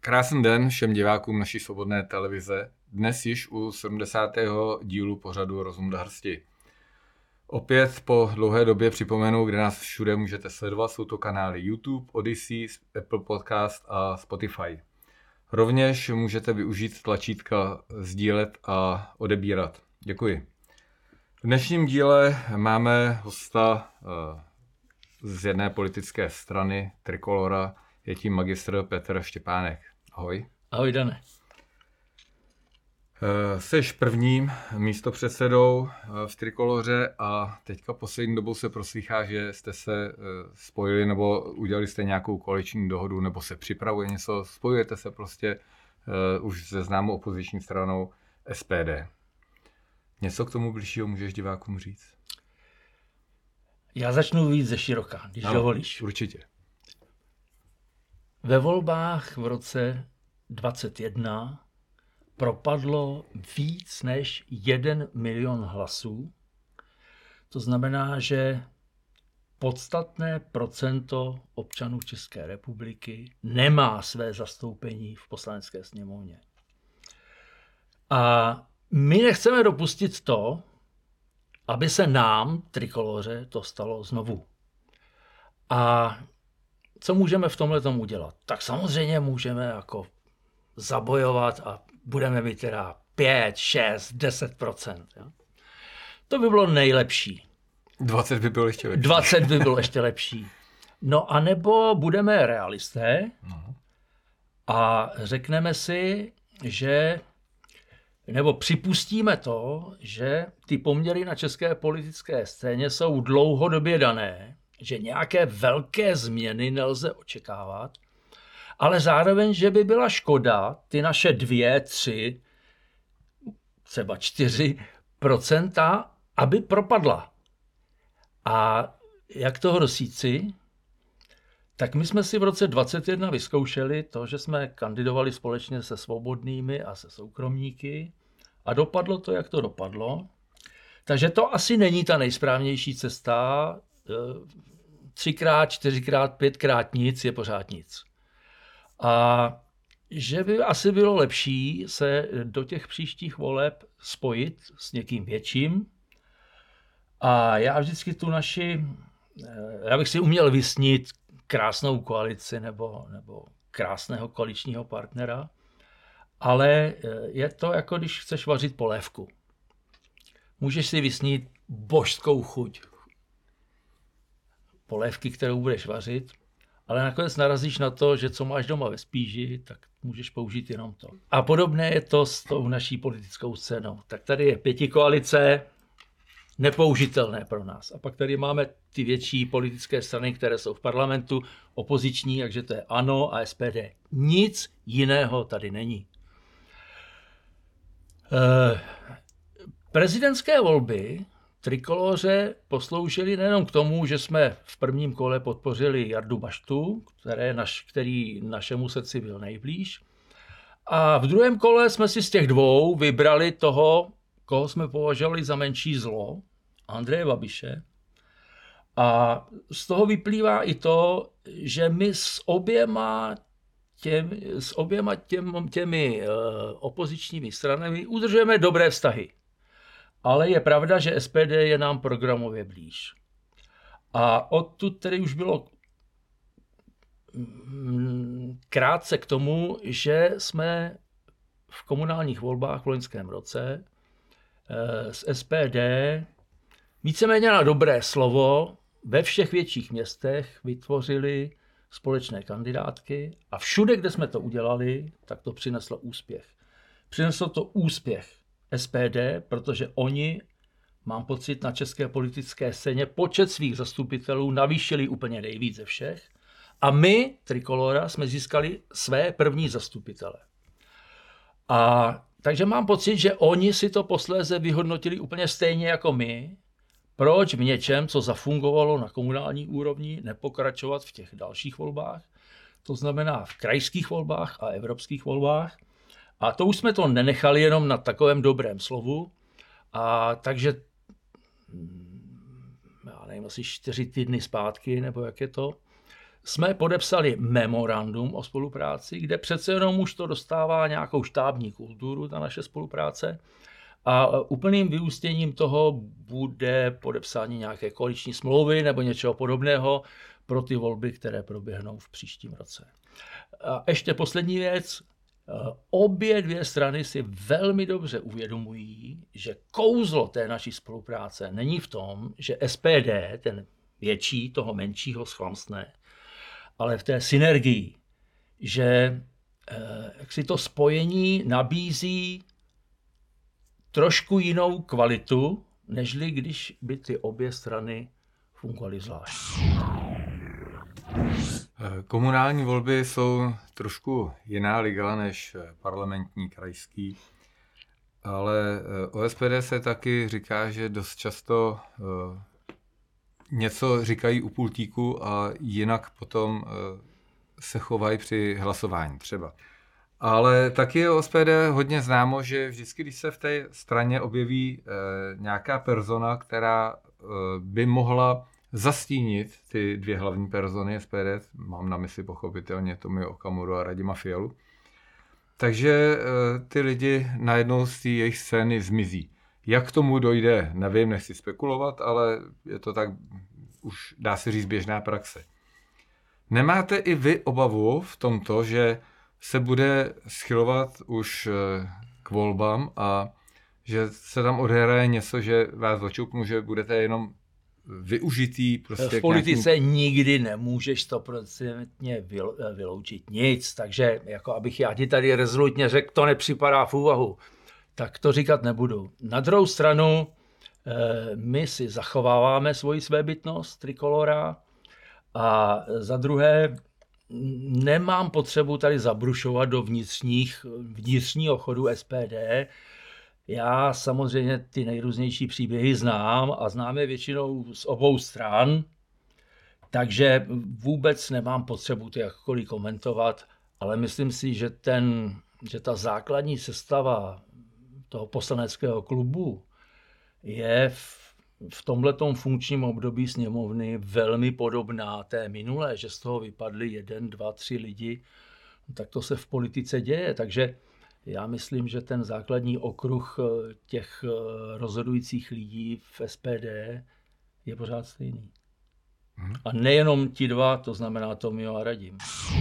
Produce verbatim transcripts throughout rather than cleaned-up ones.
Krásný den všem divákům naší svobodné televize. Dnes již u sedmdesátého dílu pořadu Rozum do hrsti. Opět po dlouhé době připomenu, kde nás všude můžete sledovat. Jsou to kanály YouTube, Odyssey, Apple Podcast a Spotify. Rovněž můžete využít tlačítka sdílet a odebírat. Děkuji. V dnešním díle máme hosta z jedné politické strany, Trikolora, je tím magistr Petr Štěpánek. Ahoj. Ahoj, Dane. Jseš prvním místopředsedou v Trikoloře a teďka poslední dobou se proslýchá, že jste se spojili nebo udělali jste nějakou koaliční dohodu nebo se připravuje něco, spojujete se prostě uh, už se známou opoziční stranou S P D. Něco k tomu bližšího můžeš divákům říct? Já začnu víc ze široka, když ano, dovolíš. Určitě. Ve volbách v roce dvacet jedna propadlo víc než jeden milion hlasů. To znamená, že podstatné procento občanů České republiky nemá své zastoupení v Poslanecké sněmovně. A my nechceme dopustit to, aby se nám, Trikoloře, to stalo znovu. A co můžeme v tomhle tomu udělat? Tak samozřejmě můžeme jako zabojovat a budeme mít teda pět, šest, deset procent. Jo? To by bylo nejlepší. dvacet by bylo ještě lepší. dvacet by bylo ještě lepší. No a nebo budeme realisté a řekneme si, že nebo připustíme to, že ty poměry na české politické scéně jsou dlouhodobě dané, že nějaké velké změny nelze očekávat, ale zároveň, že by byla škoda ty naše dvě, tři, třeba čtyři procenta, aby propadla. A jak toho rozsíci? Tak my jsme si v roce dvacet jedna vyzkoušeli to, že jsme kandidovali společně se svobodnými a se soukromníky a dopadlo to, jak to dopadlo. Takže to asi není ta nejsprávnější cesta. Třikrát, čtyřikrát, pětkrát nic je pořád nic. A že by asi bylo lepší se do těch příštích voleb spojit s někým větším. A já vždycky tu naši, já bych si uměl vysnít krásnou koalici nebo, nebo krásného koaličního partnera, ale je to jako když chceš vařit polévku. Můžeš si vysnít božskou chuť polévky, kterou budeš vařit, ale nakonec narazíš na to, že co máš doma ve spíži, tak můžeš použít jenom to. A podobné je to s tou naší politickou scénou. Tak tady je pětikoalice, nepoužitelné pro nás. A pak tady máme ty větší politické strany, které jsou v parlamentu, opoziční, takže to je ANO a S P D. Nic jiného tady není. E, prezidentské volby Trikoloře posloužily nejenom k tomu, že jsme v prvním kole podpořili Jardu Baštu, které naš, který našemu srdci byl nejblíž. A v druhém kole jsme si z těch dvou vybrali toho, koho jsme považovali za menší zlo, Andreje Babiše. A z toho vyplývá i to, že my s oběma, těm, s oběma těm, těmi uh, opozičními stranami udržujeme dobré vztahy. Ale je pravda, že S P D je nám programově blíž. A odtud tedy už bylo krátce k tomu, že jsme v komunálních volbách v loňském roce z S P D víceméně na dobré slovo ve všech větších městech vytvořili společné kandidátky a všude, kde jsme to udělali, tak to přineslo úspěch. Přineslo to úspěch S P D, protože oni, mám pocit, na české politické scéně počet svých zastupitelů navýšili úplně nejvíc ze všech a my, Trikolora, jsme získali své první zastupitele. A takže mám pocit, že oni si to posléze vyhodnotili úplně stejně jako my, proč v něčem, co zafungovalo na komunální úrovni, nepokračovat v těch dalších volbách, to znamená v krajských volbách a evropských volbách. A to už jsme to nenechali jenom na takovém dobrém slovu. A takže, já nevím, asi čtyři týdny zpátky, nebo jak je to, jsme podepsali memorandum o spolupráci, kde přece jenom už to dostává nějakou štábní kulturu, ta naše spolupráce. A úplným vyústěním toho bude podepsání nějaké koaliční smlouvy nebo něčeho podobného pro ty volby, které proběhnou v příštím roce. A ještě poslední věc. Obě dvě strany si velmi dobře uvědomují, že kouzlo té naší spolupráce není v tom, že S P D, ten větší, toho menšího schlamsne, ale v té synergii, že jak si to spojení nabízí trošku jinou kvalitu, nežli když by ty obě strany fungovaly zvlášť. Komunální volby jsou trošku jiná liga než parlamentní, krajský, ale o S P D se taky říká, že dost často něco říkají u pultíku a jinak potom se chovají při hlasování třeba. Ale taky je o S P D hodně známo, že vždycky, když se v té straně objeví e, nějaká persona, která e, by mohla zastínit ty dvě hlavní persony S P D, mám na mysli pochopitelně Tomio Okamuru a Radima Fialu, takže e, ty lidi najednou z té jejich scény zmizí. Jak k tomu dojde, nevím, nechci spekulovat, ale je to tak, už dá se říct, běžná praxe. Nemáte i vy obavu v tomto, že se bude schylovat už k volbám a že se tam odehraje něco, že vás očupnu, že budete jenom využitý prostě... V politice nějakým... nikdy nemůžeš stoprocentně vyloučit nic, takže jako abych já ti tady rezolutně řekl, to nepřipadá v úvahu, tak to říkat nebudu. Na druhou stranu my si zachováváme svoji svébytnost Trikolora a za druhé nemám potřebu tady zabrušovat do vnitřních, vnitřního chodu S P D. Já samozřejmě ty nejrůznější příběhy znám a znám je většinou z obou stran, takže vůbec nemám potřebu to jakkoliv komentovat, ale myslím si, že, ten, že ta základní sestava toho poslaneckého klubu je v v tomhletom funkčním období sněmovny velmi podobná té minulé, že z toho vypadly jeden, dva, tři lidi, tak to se v politice děje. Takže já myslím, že ten základní okruh těch rozhodujících lidí v S P D je pořád stejný. A nejenom ti dva, to znamená Tomio a Radim.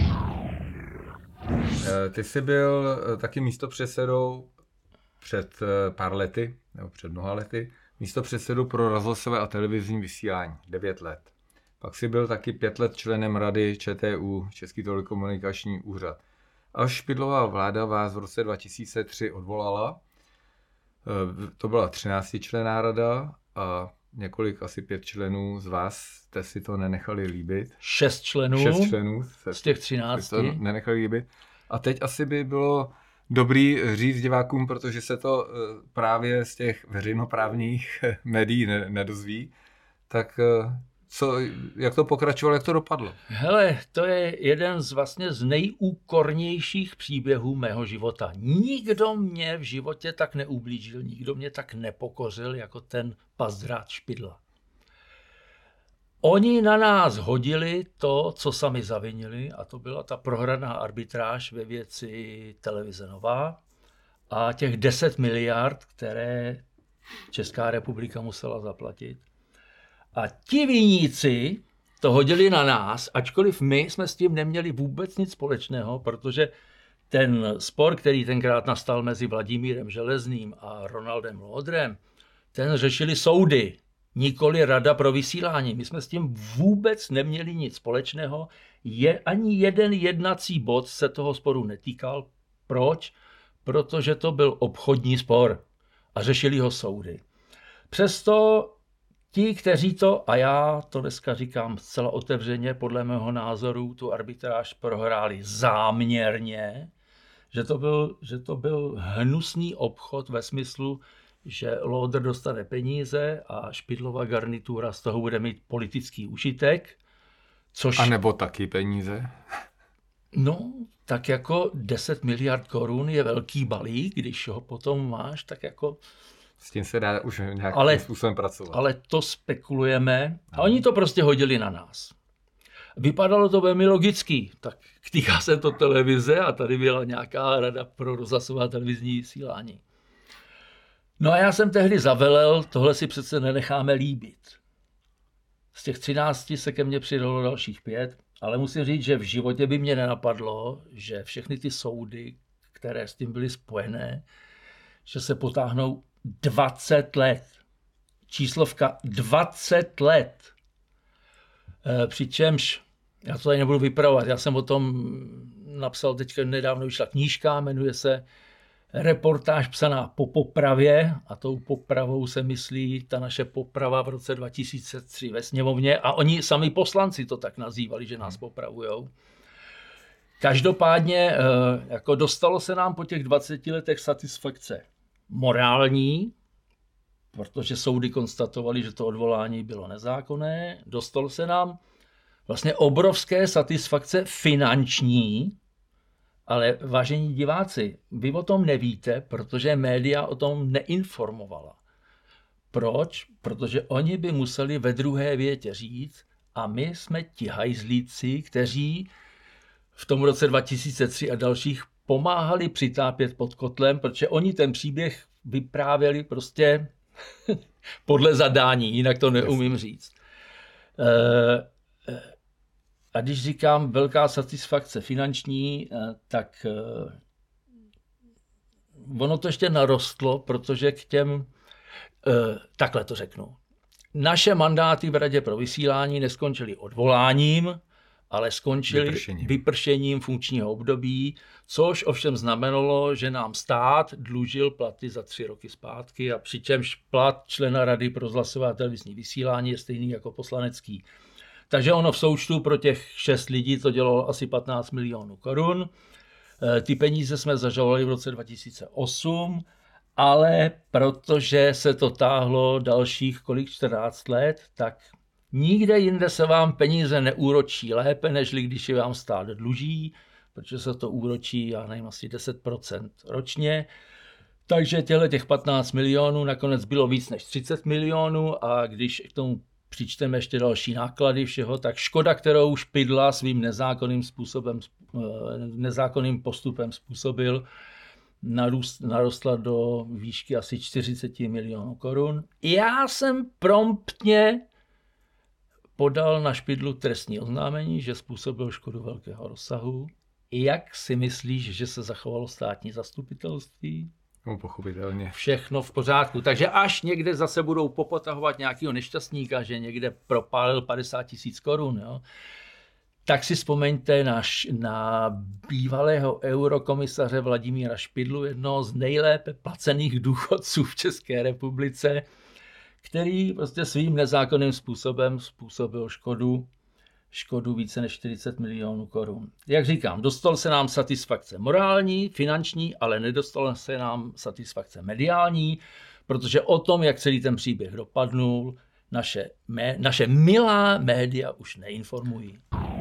Ty jsi byl taky místopředsedou před pár lety, nebo před mnoha lety, místopředsedu pro rozhlasové a televizní vysílání, devět let. Pak si byl taky pět let členem rady Č T U, Český telekomunikační úřad. Až Špidlova vláda vás v roce dva tisíce tři odvolala, to byla třináctičlenná rada a několik, asi pět členů z vás jste si to nenechali líbit. Šest členů, Šest členů z těch třinácti. Si to nenechali líbit. A teď asi by bylo dobrý říct divákům, protože se to právě z těch veřejnoprávních médií nedozví, tak co, jak to pokračovalo, jak to dopadlo? Hele, to je jeden z vlastně z nejúkornějších příběhů mého života. Nikdo mě v životě tak neublížil, nikdo mě tak nepokořil, jako ten pazdrát Špidla. Oni na nás hodili to, co sami zavinili, a to byla ta prohraná arbitráž ve věci Televize Nová a těch deset miliard, které Česká republika musela zaplatit. A ti viníci to hodili na nás, ačkoliv my jsme s tím neměli vůbec nic společného, protože ten spor, který tenkrát nastal mezi Vladimírem Železným a Ronaldem Lodrem, ten řešili soudy, nikoli Rada pro vysílání. My jsme s tím vůbec neměli nic společného. Je, ani jeden jednací bod se toho sporu netýkal. Proč? Protože to byl obchodní spor a řešili ho soudy. Přesto ti, kteří to, a já to dneska říkám zcela otevřeně, podle mého názoru tu arbitráž prohráli záměrně, že to byl, že to byl hnusný obchod ve smyslu, že Lodr dostane peníze a Špidlova garnitura z toho bude mít politický užitek. Což... A nebo taky peníze? No, tak jako deset miliard korun je velký balík, když ho potom máš, tak jako... S tím se dá už nějakým ale, způsobem pracovat. Ale to spekulujeme a oni to prostě hodili na nás. Vypadalo to velmi logicky, tak týká se to televize a tady byla nějaká rada pro rozhlasové televizní vysílání. No a já jsem tehdy zavelel, tohle si přece nenecháme líbit. Z těch třinácti se ke mně přidalo dalších pět, ale musím říct, že v životě by mě nenapadlo, že všechny ty soudy, které s tím byly spojené, že se potáhnou dvacet let. Číslovka dvacet let. E, přičemž, já to tady nebudu vypravovat, já jsem o tom napsal teďka nedávno, vyšla knížka, jmenuje se Reportáž psaná po popravě, a tou popravou se myslí ta naše poprava v roce dva tisíce tři ve sněmovně, a oni sami poslanci to tak nazývali, že nás popravujou. Každopádně jako dostalo se nám po těch dvaceti letech satisfakce morální, protože soudy konstatovali, že to odvolání bylo nezákonné. Dostalo se nám vlastně obrovské satisfakce finanční, ale vážení diváci, vy o tom nevíte, protože média o tom neinformovala. Proč? Protože oni by museli ve druhé větě říct, a my jsme ti hajzlíci, kteří v tom roce dva tisíce tři a dalších pomáhali přitápět pod kotlem, protože oni ten příběh vyprávěli prostě podle zadání, jinak to neumím říct. A když říkám velká satisfakce finanční, tak ono to ještě narostlo, protože k těm, takhle to řeknu, naše mandáty v Radě pro vysílání neskončily odvoláním, ale skončily vypršením. vypršením funkčního období, což ovšem znamenalo, že nám stát dlužil platy za tři roky zpátky, a přičemž plat člena Rady pro rozhlasové a televizní vysílání je stejný jako poslanecký. Takže ono v součtu pro těch šest lidí to dělalo asi patnáct milionů korun. Ty peníze jsme zažalovali v roce dva tisíce osm, ale protože se to táhlo dalších kolik čtrnáct let, tak nikde jinde se vám peníze neúročí lépe, než když je vám stát dluží, protože se to úročí, já nevím, asi deset procent ročně. Takže těchto těch patnáct milionů nakonec bylo víc než třicet milionů, a když k tomu přičteme ještě další náklady všeho, tak škoda, kterou Špidla svým nezákonným způsobem, nezákonným postupem způsobil, narůst, narostla do výšky asi čtyřicet milionů korun. Já jsem promptně podal na Špidlu trestní oznámení, že způsobil škodu velkého rozsahu. Jak si myslíš, že se zachovalo státní zastupitelství? No, pochopitelně. Všechno v pořádku. Takže až někde zase budou popotahovat nějakého nešťastníka, že někde propálil padesát tisíc korun, jo, tak si vzpomeňte na, na bývalého eurokomisaře Vladimíra Špidlu, jednoho z nejlépe placených důchodců v České republice, který prostě svým nezákonným způsobem způsobil škodu, škodu více než čtyřicet milionů korun. Jak říkám, dostal se nám satisfakce morální, finanční, ale nedostal se nám satisfakce mediální, protože o tom, jak celý ten příběh dopadnul, naše, mé, naše milá média už neinformují.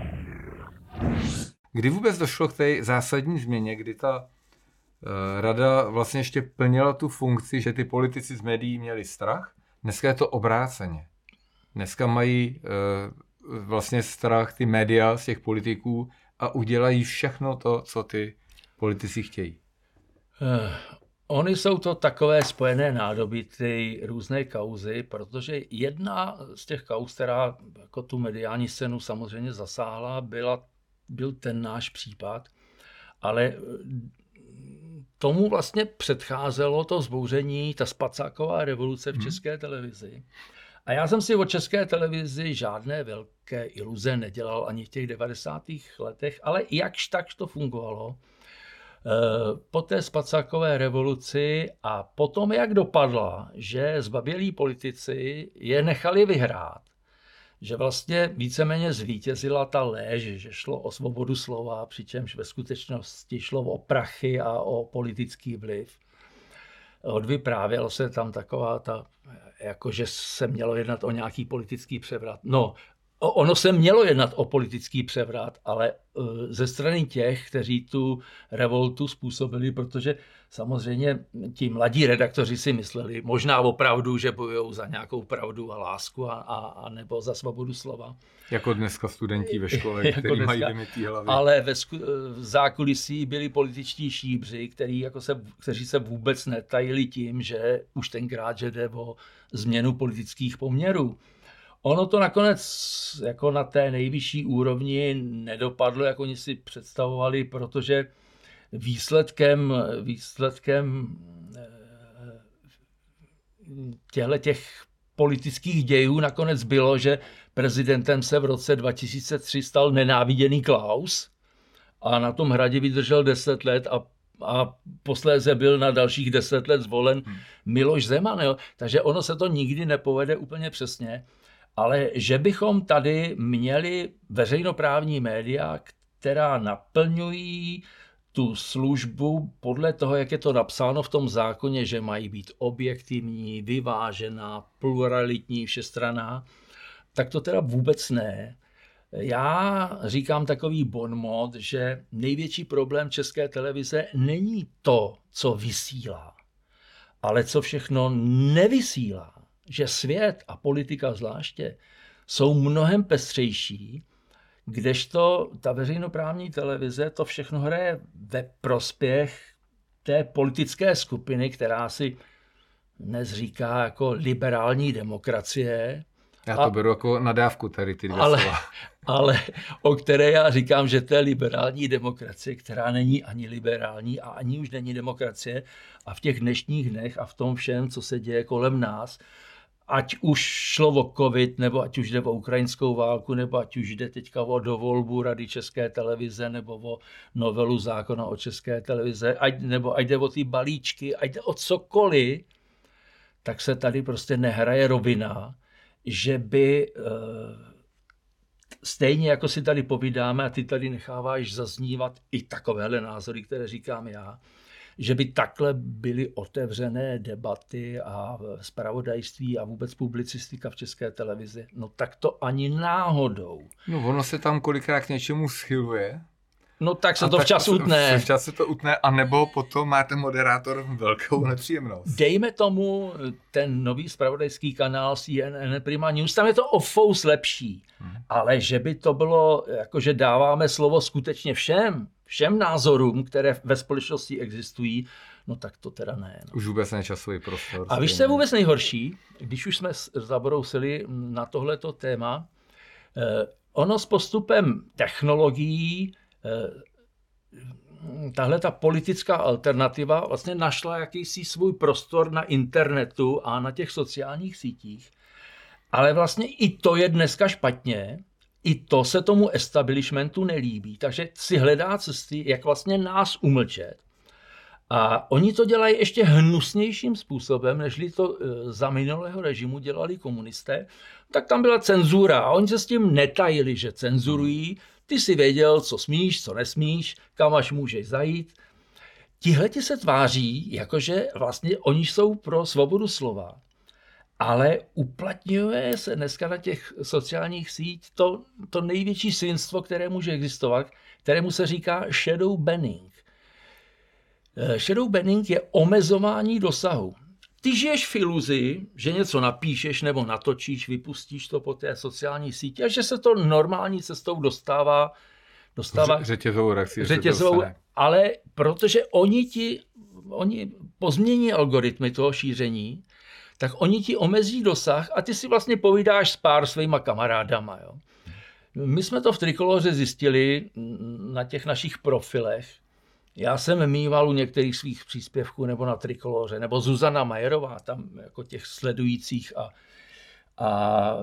Kdy vůbec došlo k té zásadní změně, kdy ta uh, rada vlastně ještě plnila tu funkci, že ty politici z médií měli strach? Dneska je to obráceně. Dneska mají uh, vlastně strach ty média z těch politiků a udělají všechno to, co ty politici chtějí. Uh, oni jsou to takové spojené nádoby, ty různé kauzy, protože jedna z těch kauz, která jako tu mediální scénu samozřejmě zasáhla, byla, byl ten náš případ, ale tomu vlastně předcházelo to vzbouření, ta spacáková revoluce v České televizi. A já jsem si o České televizi žádné velké iluze nedělal ani v těch devadesátých letech, ale jakž takž to fungovalo. Po té spacákové revoluci a potom, jak dopadla, že zbabělí politici je nechali vyhrát, že vlastně víceméně zvítězila ta lež, že šlo o svobodu slova, přičemž ve skutečnosti šlo o prachy a o politický vliv. Odvyprávělo se tam taková ta, jako že se mělo jednat o nějaký politický převrat. No, ono se mělo jednat o politický převrat, ale ze strany těch, kteří tu revoltu způsobili, protože samozřejmě ti mladí redaktoři si mysleli, možná opravdu, že bojují za nějakou pravdu a lásku a, a, a nebo za svobodu slova. Jako dneska studenti ve škole, jako kteří mají vymitý hlavy. Ale ve sku, v zákulisí byli političtí šíbři, který jako se, kteří se vůbec netajili tím, že už tenkrát že jde o změnu politických poměrů. Ono to nakonec jako na té nejvyšší úrovni nedopadlo, jak oni si představovali, protože výsledkem, výsledkem těchto těch politických dějů nakonec bylo, že prezidentem se v roce dva tisíce tři stal nenáviděný Klaus a na tom hradě vydržel deset let a, a posléze byl na dalších deset let zvolen Miloš Zeman. Jo? Takže ono se to nikdy nepovede úplně přesně. Ale že bychom tady měli veřejnoprávní média, která naplňují tu službu podle toho, jak je to napsáno v tom zákoně, že mají být objektivní, vyvážená, pluralitní, všestranná, tak to teda vůbec ne. Já říkám takový bonmot, že největší problém České televize není to, co vysílá, ale co všechno nevysílá. Že svět a politika zvláště jsou mnohem pestřejší, kdežto ta veřejnoprávní televize to všechno hraje ve prospěch té politické skupiny, která si dnes říká jako liberální demokracie. Já to a, beru jako nadávku tady ty dvě ale, slova. Ale o které já říkám, že to je liberální demokracie, která není ani liberální a ani už není demokracie. A v těch dnešních dnech a v tom všem, co se děje kolem nás, ať už šlo o covid, nebo ať už jde o ukrajinskou válku, nebo ať už jde teďka o dovolbu Rady České televize, nebo o novelu zákona o České televize, ať, nebo ať jde o ty balíčky, ať jde o cokoliv, tak se tady prostě nehraje rovina, že by stejně jako si tady povídáme a ty tady necháváš zaznívat i takovéhle názory, které říkám já, že by takhle byly otevřené debaty a zpravodajství a vůbec publicistika v České televizi. No tak to ani náhodou. No ono se tam kolikrát k něčemu schyluje. No tak se a to tak včas utne. Včas se to utne, anebo potom máte moderátor velkou nepříjemnost. Dejme tomu ten nový zpravodajský kanál C N N Prima News, tam je to o fous lepší. Hmm. Ale že by to bylo, jakože dáváme slovo skutečně všem, všem názorům, které ve společnosti existují, no tak to teda ne. No. Už vůbec nečasový prostor. A víš, co je vůbec nejhorší, když už jsme zabrousili na tohleto téma, eh, ono s postupem technologií tahle ta politická alternativa vlastně našla jakýsi svůj prostor na internetu a na těch sociálních sítích. Ale vlastně i to je dneska špatně, i to se tomu establishmentu nelíbí, takže si hledá cesty, jak vlastně nás umlčet. A oni to dělají ještě hnusnějším způsobem, nežli to za minulého režimu dělali komunisté, tak tam byla cenzura a oni se s tím netajili, že cenzurují. Ty si věděl, co smíš, co nesmíš, kam až můžeš zajít. Tihleti se tváří, jakože vlastně oni jsou pro svobodu slova, ale uplatňuje se dneska na těch sociálních sítích to, to největší svinstvo, které může existovat, kterému se říká shadow banning. Shadow banning je omezování dosahu. Ty žiješ v iluzi, že něco napíšeš nebo natočíš, vypustíš to po té sociální síti a že se to normální cestou dostává, dostává řetězovou reakci. Řetězovou, ale protože oni ti, oni pozmění algoritmy toho šíření, tak oni ti omezí dosah a ty si vlastně povídáš s pár svýma kamarádama. Jo. My jsme to v Trikoloře zjistili na těch našich profilech. Já jsem mýval u některých svých příspěvků nebo na Trikoloře, nebo Zuzana Majerová, tam jako těch sledujících a, a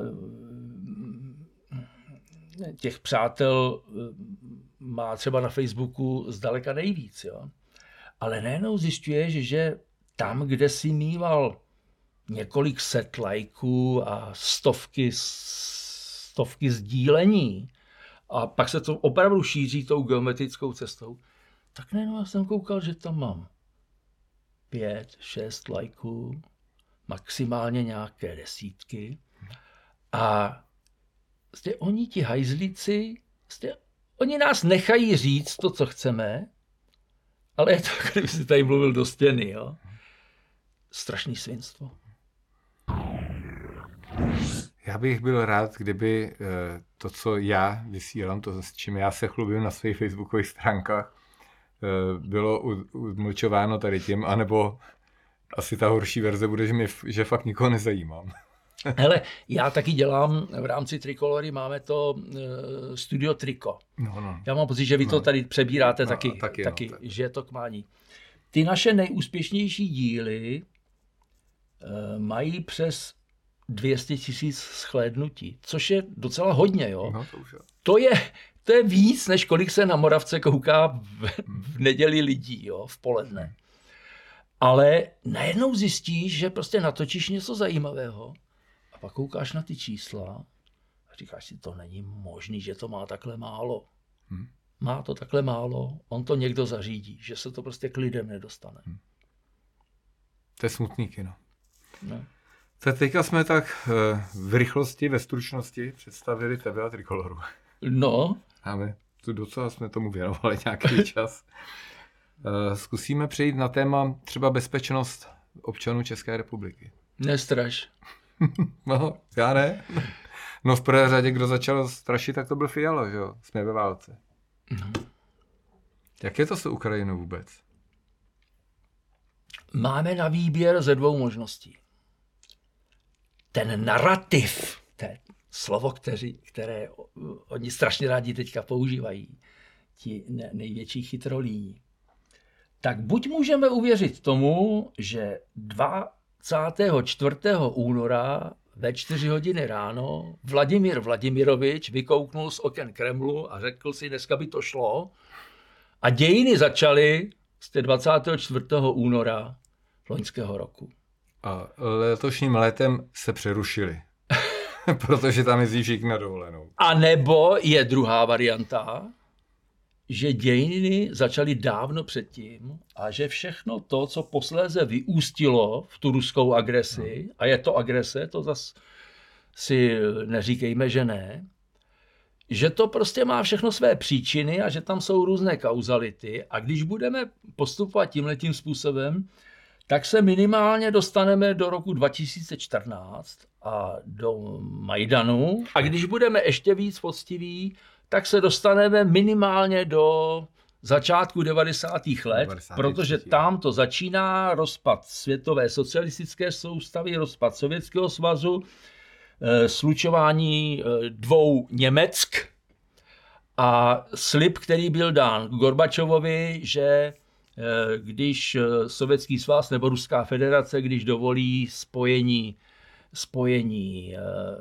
těch přátel má třeba na Facebooku zdaleka nejvíc. Jo. Ale najednou zjišťuješ, že tam, kde si mýval několik set lajků a stovky, stovky sdílení a pak se to opravdu šíří tou geometrickou cestou, tak nejenom já jsem koukal, že tam mám pět, šest lajků, maximálně nějaké desítky. A Vlastně oni ti hajzlíci, vlastně, oni nás nechají říct to, co chceme, ale je to, kdyby si tady mluvil do stěny, jo. Strašný svinstvo. Já bych byl rád, kdyby to, co já vysílám, to, s čím já se chlubím na svých facebookových stránkách, bylo umlčováno tady tím, anebo asi ta horší verze bude, že, mě, že fakt nikoho nezajímám. Hele, já taky dělám, v rámci Trikolory máme to uh, studio Triko. No, no. Já mám pocit, že vy to no. tady přebíráte no, taky, taky, taky no, tak. že je to k mání. Ty naše nejúspěšnější díly uh, mají přes dvě stě tisíc shlédnutí, což je docela hodně, jo. No, to, už je. To, je, to je víc, než kolik se na Moravce kouká v, v neděli lidí, jo, v poledne. Ale najednou zjistíš, že prostě natočíš něco zajímavého a pak koukáš na ty čísla a říkáš si, to není možný, že to má takhle málo. Hmm. Má to takhle málo, on to někdo zařídí, že se to prostě k lidem nedostane. Hmm. To je smutný kino. No. Tak teďka jsme tak v rychlosti, ve stručnosti představili tebe a Trikoloru. No. Máme tu docela jsme tomu věnovali nějaký čas. Zkusíme přejít na téma třeba bezpečnost občanů České republiky. Nestraš. No, já ne. No v prvé řadě, kdo začal strašit, tak to byl Fiala, že jo? Jsme ve válce. No. Jak je to s Ukrajinou vůbec? Máme na výběr ze dvou možností. Ten narrativ, to je slovo, kteří, které oni strašně rádi teďka používají, ti největší chytrolí, tak buď můžeme uvěřit tomu, že dvacátého čtvrtého února ve čtyři hodiny ráno Vladimír Vladimirovič vykouknul z oken Kremlu a řekl si, dneska by to šlo. A dějiny začaly z dvacátého čtvrtého února loňského roku. A letošním létem se přerušili, protože tam jezdí všichni na dovolenou. A nebo je druhá varianta, že dějiny začaly dávno předtím a že všechno to, co posléze vyústilo v tu ruskou agresi, no. A je to agrese, to zase si neříkejme, že ne, že to prostě má všechno své příčiny a že tam jsou různé kauzality a když budeme postupovat tímhletím způsobem, tak se minimálně dostaneme do roku dva tisíce čtrnáct a do Majdanu a když budeme ještě víc poctiví, tak se dostaneme minimálně do začátku devadesátých let, devadesátých protože tam to začíná rozpad světové socialistické soustavy, rozpad Sovětského svazu, slučování dvou Německ a slib, který byl dán Gorbačovovi, že když Sovětský svaz nebo Ruská federace, když dovolí spojení, spojení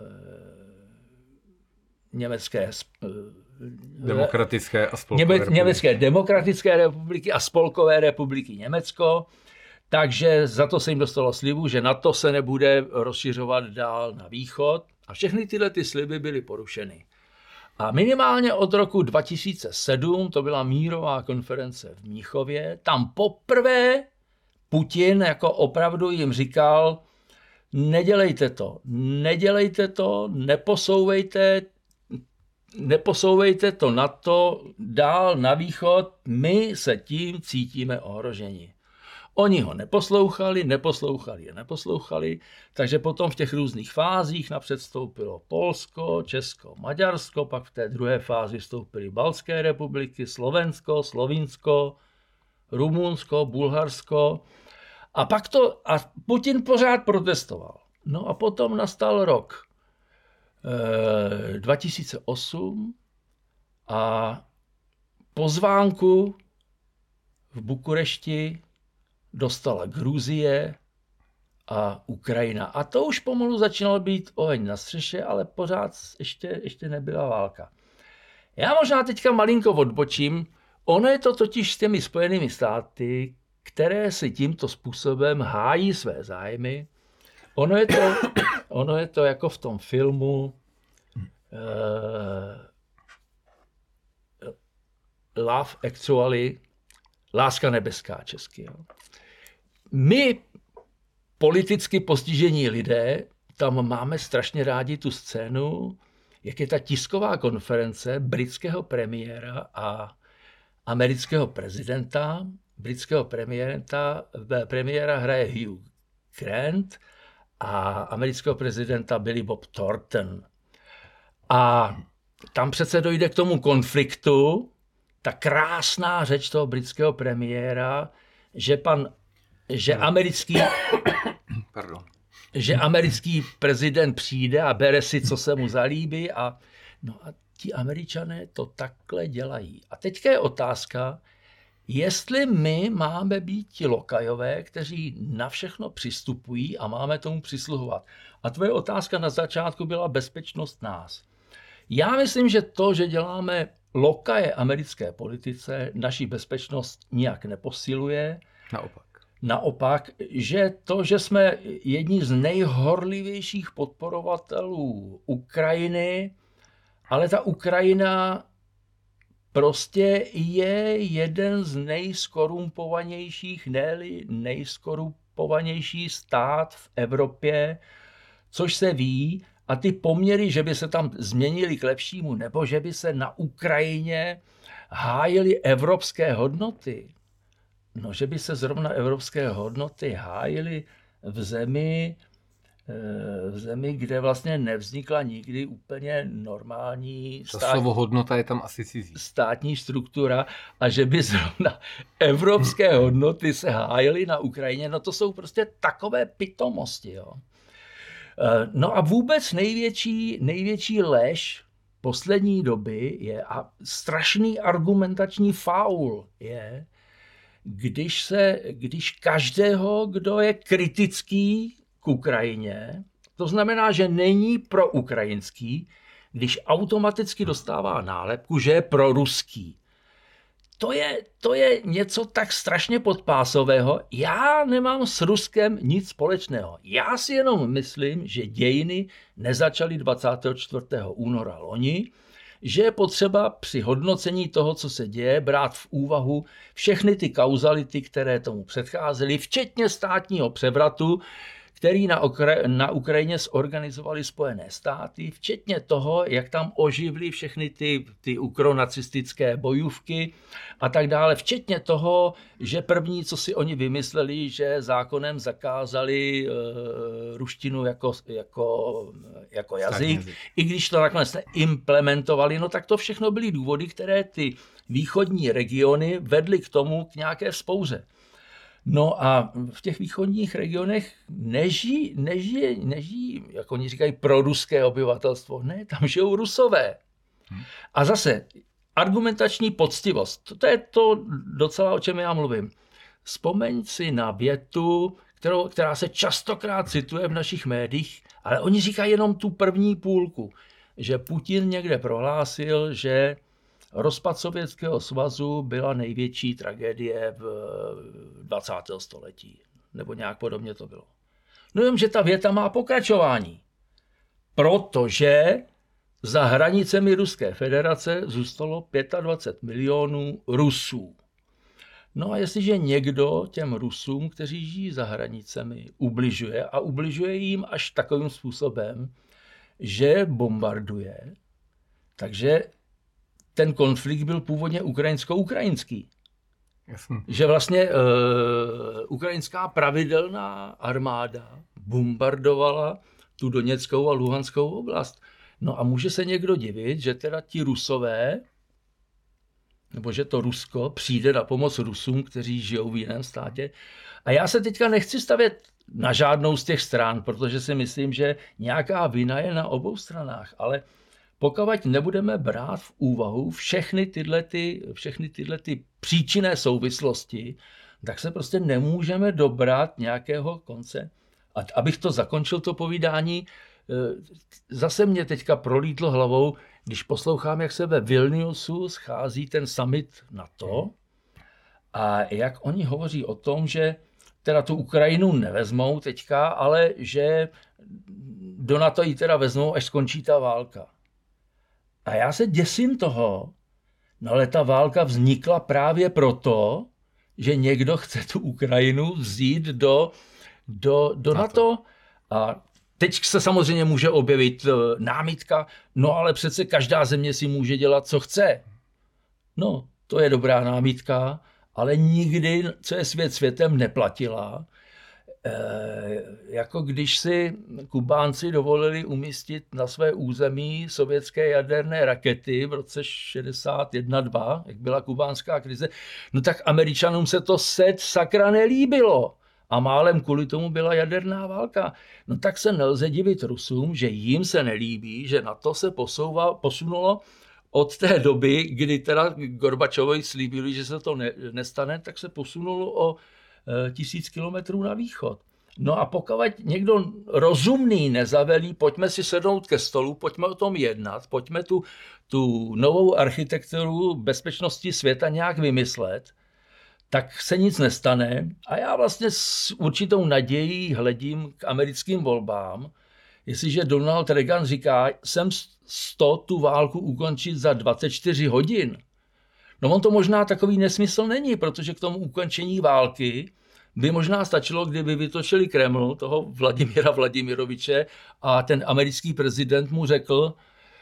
německé demokratické a spolkové Něme, republiky. Německé demokratické republiky a spolkové republiky Německo, takže za to se jim dostalo slibu, že NATO se nebude rozšiřovat dál na východ a všechny tyhle ty sliby byly porušeny. A minimálně od roku dva tisíce sedm, to byla mírová konference v Mnichově, tam poprvé Putin jako opravdu jim říkal, nedělejte to, nedělejte to, neposouvejte, neposouvejte to NATO dál na východ, my se tím cítíme ohroženi. Oni ho neposlouchali, neposlouchali a neposlouchali, takže potom v těch různých fázích napřed vstoupilo Polsko, Česko, Maďarsko, pak v té druhé fázi vstoupily Baltské republiky, Slovensko, Slovinsko, Rumunsko, Bulharsko a pak to, a Putin pořád protestoval. No a potom nastal rok eh, dva tisíce osm a pozvánku v Bukurešti dostala Gruzie a Ukrajina. A to už pomalu začínalo být oheň na střeše, ale pořád ještě, ještě nebyla válka. Já možná teďka malinko odbočím. Ono je to totiž s těmi Spojenými státy, které si tímto způsobem hájí své zájmy. Ono je to, ono je to jako v tom filmu uh, Love Actually, Láska nebeská česky. Jo. My, politicky postižení lidé, tam máme strašně rádi tu scénu, jak je ta tisková konference britského premiéra a amerického prezidenta. Britského premiéra, premiéra hraje Hugh Grant a amerického prezidenta Billy Bob Thornton. A tam přece dojde k tomu konfliktu, ta krásná řeč toho britského premiéra, že pan, že americký, Pardon. že americký prezident přijde a bere si, co se mu zalíbí a, no a ti Američané to takhle dělají. A teďka je otázka, jestli my máme být ti lokajové, kteří na všechno přistupují a máme tomu přisluhovat. A tvoje otázka na začátku byla bezpečnost nás. Já myslím, že to, že děláme lokaje americké politice, naši bezpečnost nijak neposiluje. Naopak. Naopak, že to, že jsme jedni z nejhorlivějších podporovatelů Ukrajiny, ale ta Ukrajina prostě je jeden z nejskorumpovanějších, ne-li nejskorumpovanější stát v Evropě, což se ví, a ty poměry, že by se tam změnily k lepšímu, nebo že by se na Ukrajině hájily evropské hodnoty, no, že by se zrovna evropské hodnoty hájily v zemi, v zemi, kde vlastně nevznikla nikdy úplně normální To slovo hodnota je tam asi cizí. státní struktura a že by zrovna evropské hodnoty se hájily na Ukrajině, no to jsou prostě takové pitomosti. Jo. No a vůbec největší, největší lež poslední doby je, a strašný argumentační faul je, když, se, když každého, kdo je kritický k Ukrajině, to znamená, že není pro ukrajinský, když automaticky dostává nálepku, že je pro ruský. To je, to je něco tak strašně podpásového. Já nemám s Ruskem nic společného. Já si jenom myslím, že dějiny nezačaly dvacátého čtvrtého února loni, že je potřeba při hodnocení toho, co se děje, brát v úvahu všechny ty kauzality, které tomu předcházely, včetně státního převratu, který na, Ukra- na Ukrajině zorganizovali Spojené státy, včetně toho, jak tam oživly všechny ty, ty ukronacistické bojůvky a tak dále, včetně toho, že první, co si oni vymysleli, že zákonem zakázali uh, ruštinu jako, jako, jako jazyk, i když to nakonec neimplementovali, no tak to všechno byly důvody, které ty východní regiony vedly k tomu, k nějaké vzpouře. No a v těch východních regionech nežijí, nežijí, nežijí, jak oni říkají, proruské obyvatelstvo. Ne, tam žijou Rusové. A zase argumentační poctivost. To je to docela, o čem já mluvím. Vzpomeň si na větu, kterou, která se častokrát cituje v našich médiích, ale oni říkají jenom tu první půlku, že Putin někde prohlásil, že rozpad Sovětského svazu byla největší tragédie v dvacátém století. Nebo nějak podobně to bylo. No jenom, že ta věta má pokračování. Protože za hranicemi Ruské federace zůstalo dvacet pět milionů Rusů. No a jestliže někdo těm Rusům, kteří žijí za hranicemi, ubližuje a ubližuje jim až takovým způsobem, že bombarduje, takže ten konflikt byl původně ukrajinsko-ukrajinský. Jasně. Že vlastně uh, ukrajinská pravidelná armáda bombardovala tu Doněckou a Luhanskou oblast. No a může se někdo divit, že teda ti Rusové, nebo že to Rusko přijde na pomoc Rusům, kteří žijou v jiném státě. A já se teďka nechci stavět na žádnou z těch stran, protože si myslím, že nějaká vina je na obou stranách, ale pokud nebudeme brát v úvahu všechny tyhle, ty, všechny tyhle ty příčinné souvislosti, tak se prostě nemůžeme dobrat nějakého konce. A abych to zakončil, to povídání, zase mě teďka prolítlo hlavou, když poslouchám, jak se ve Vilniusu schází ten summit NATO a jak oni hovoří o tom, že teda tu Ukrajinu nevezmou teďka, ale že do NATO ji teda vezmou, až skončí ta válka. A já se děsím toho, no ale ta válka vznikla právě proto, že někdo chce tu Ukrajinu vzít do, do, do NATO. A teď se samozřejmě může objevit námitka, no ale přece každá země si může dělat, co chce. No, to je dobrá námitka, ale nikdy, co je svět světem, neplatila. E, jako když si Kubánci dovolili umístit na své území sovětské jaderné rakety v roce šedesát jedna dva, jak byla kubánská krize, no tak Američanům se to set sakra nelíbilo. A málem kvůli tomu byla jaderná válka. No tak se nelze divit Rusům, že jim se nelíbí, že na to se posouvá, posunulo od té doby, kdy teda Gorbačovi slíbili, že se to ne, nestane, tak se posunulo o e, tisíc kilometrů na východ. No a pokud někdo rozumný nezavelí, pojďme si sednout ke stolu, pojďme o tom jednat, pojďme tu, tu novou architekturu bezpečnosti světa nějak vymyslet, tak se nic nestane. A já vlastně s určitou nadějí hledím k americkým volbám. Jestliže Donald Reagan říká, jsem sto tu válku ukončit za dvacet čtyři hodin, no on to možná takový nesmysl není, protože k tomu ukončení války by možná stačilo, kdyby vytočili Kreml, toho Vladimira Vladimiroviče, a ten americký prezident mu řekl,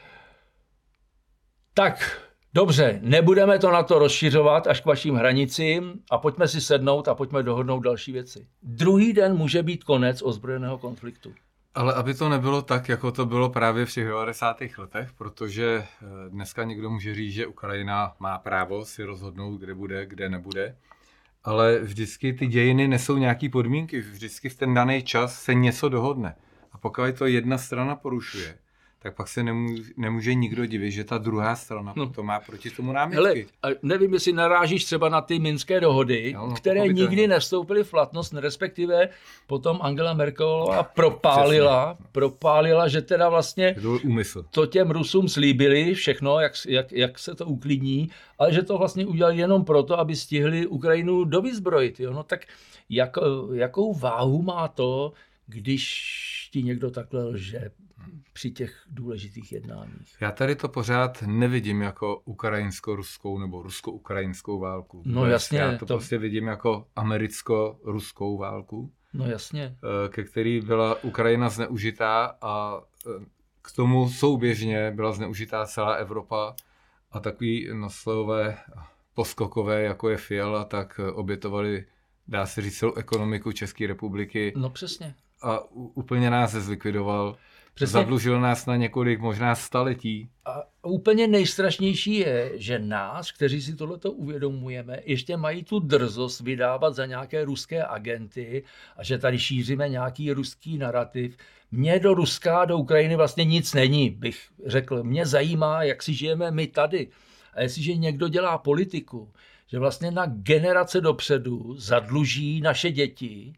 tak dobře, nebudeme to na to rozšiřovat až k vašim hranicím a pojďme si sednout a pojďme dohodnout další věci. Druhý den může být konec ozbrojeného konfliktu. Ale aby to nebylo tak, jako to bylo právě v těch devadesátých letech, protože dneska někdo může říct, že Ukrajina má právo si rozhodnout, kde bude, kde nebude, ale vždycky ty dějiny nesou nějaké podmínky, vždycky v ten daný čas se něco dohodne. A pokud to jedna strana porušuje, tak pak se nemůže, nemůže nikdo divit, že ta druhá strana no. to má proti tomu námitky. Hele, nevím, jestli narážíš třeba na ty minské dohody, no, no, které nikdy nevstoupily v platnost, respektive potom Angela Merkelová propálila, propálila, že teda vlastně to, to těm Rusům slíbili všechno, jak, jak, jak se to uklidní, ale že to vlastně udělali jenom proto, aby stihli Ukrajinu dovyzbrojit. Jo? No tak jak, jakou váhu má to, když ti někdo takhle lže při těch důležitých jednáních? Já tady to pořád nevidím jako ukrajinsko-ruskou nebo rusko-ukrajinskou válku. No jasně. Já to, to prostě vidím jako americko-ruskou válku. No jasně. Ke který byla Ukrajina zneužitá a k tomu souběžně byla zneužitá celá Evropa a takový noslové poskokové, jako je Fiala, tak obětovali, dá se říct, celou ekonomiku České republiky. No přesně. A úplně nás zlikvidoval. Přesně. Zadlužil nás na několik, možná staletí. A úplně nejstrašnější je, že nás, kteří si tohleto uvědomujeme, ještě mají tu drzost vydávat za nějaké ruské agenty a že tady šíříme nějaký ruský narrativ. Mně do Ruska, do Ukrajiny vlastně nic není, bych řekl. Mě zajímá, jak si žijeme my tady. A jestliže někdo dělá politiku, že vlastně na generace dopředu zadluží naše děti,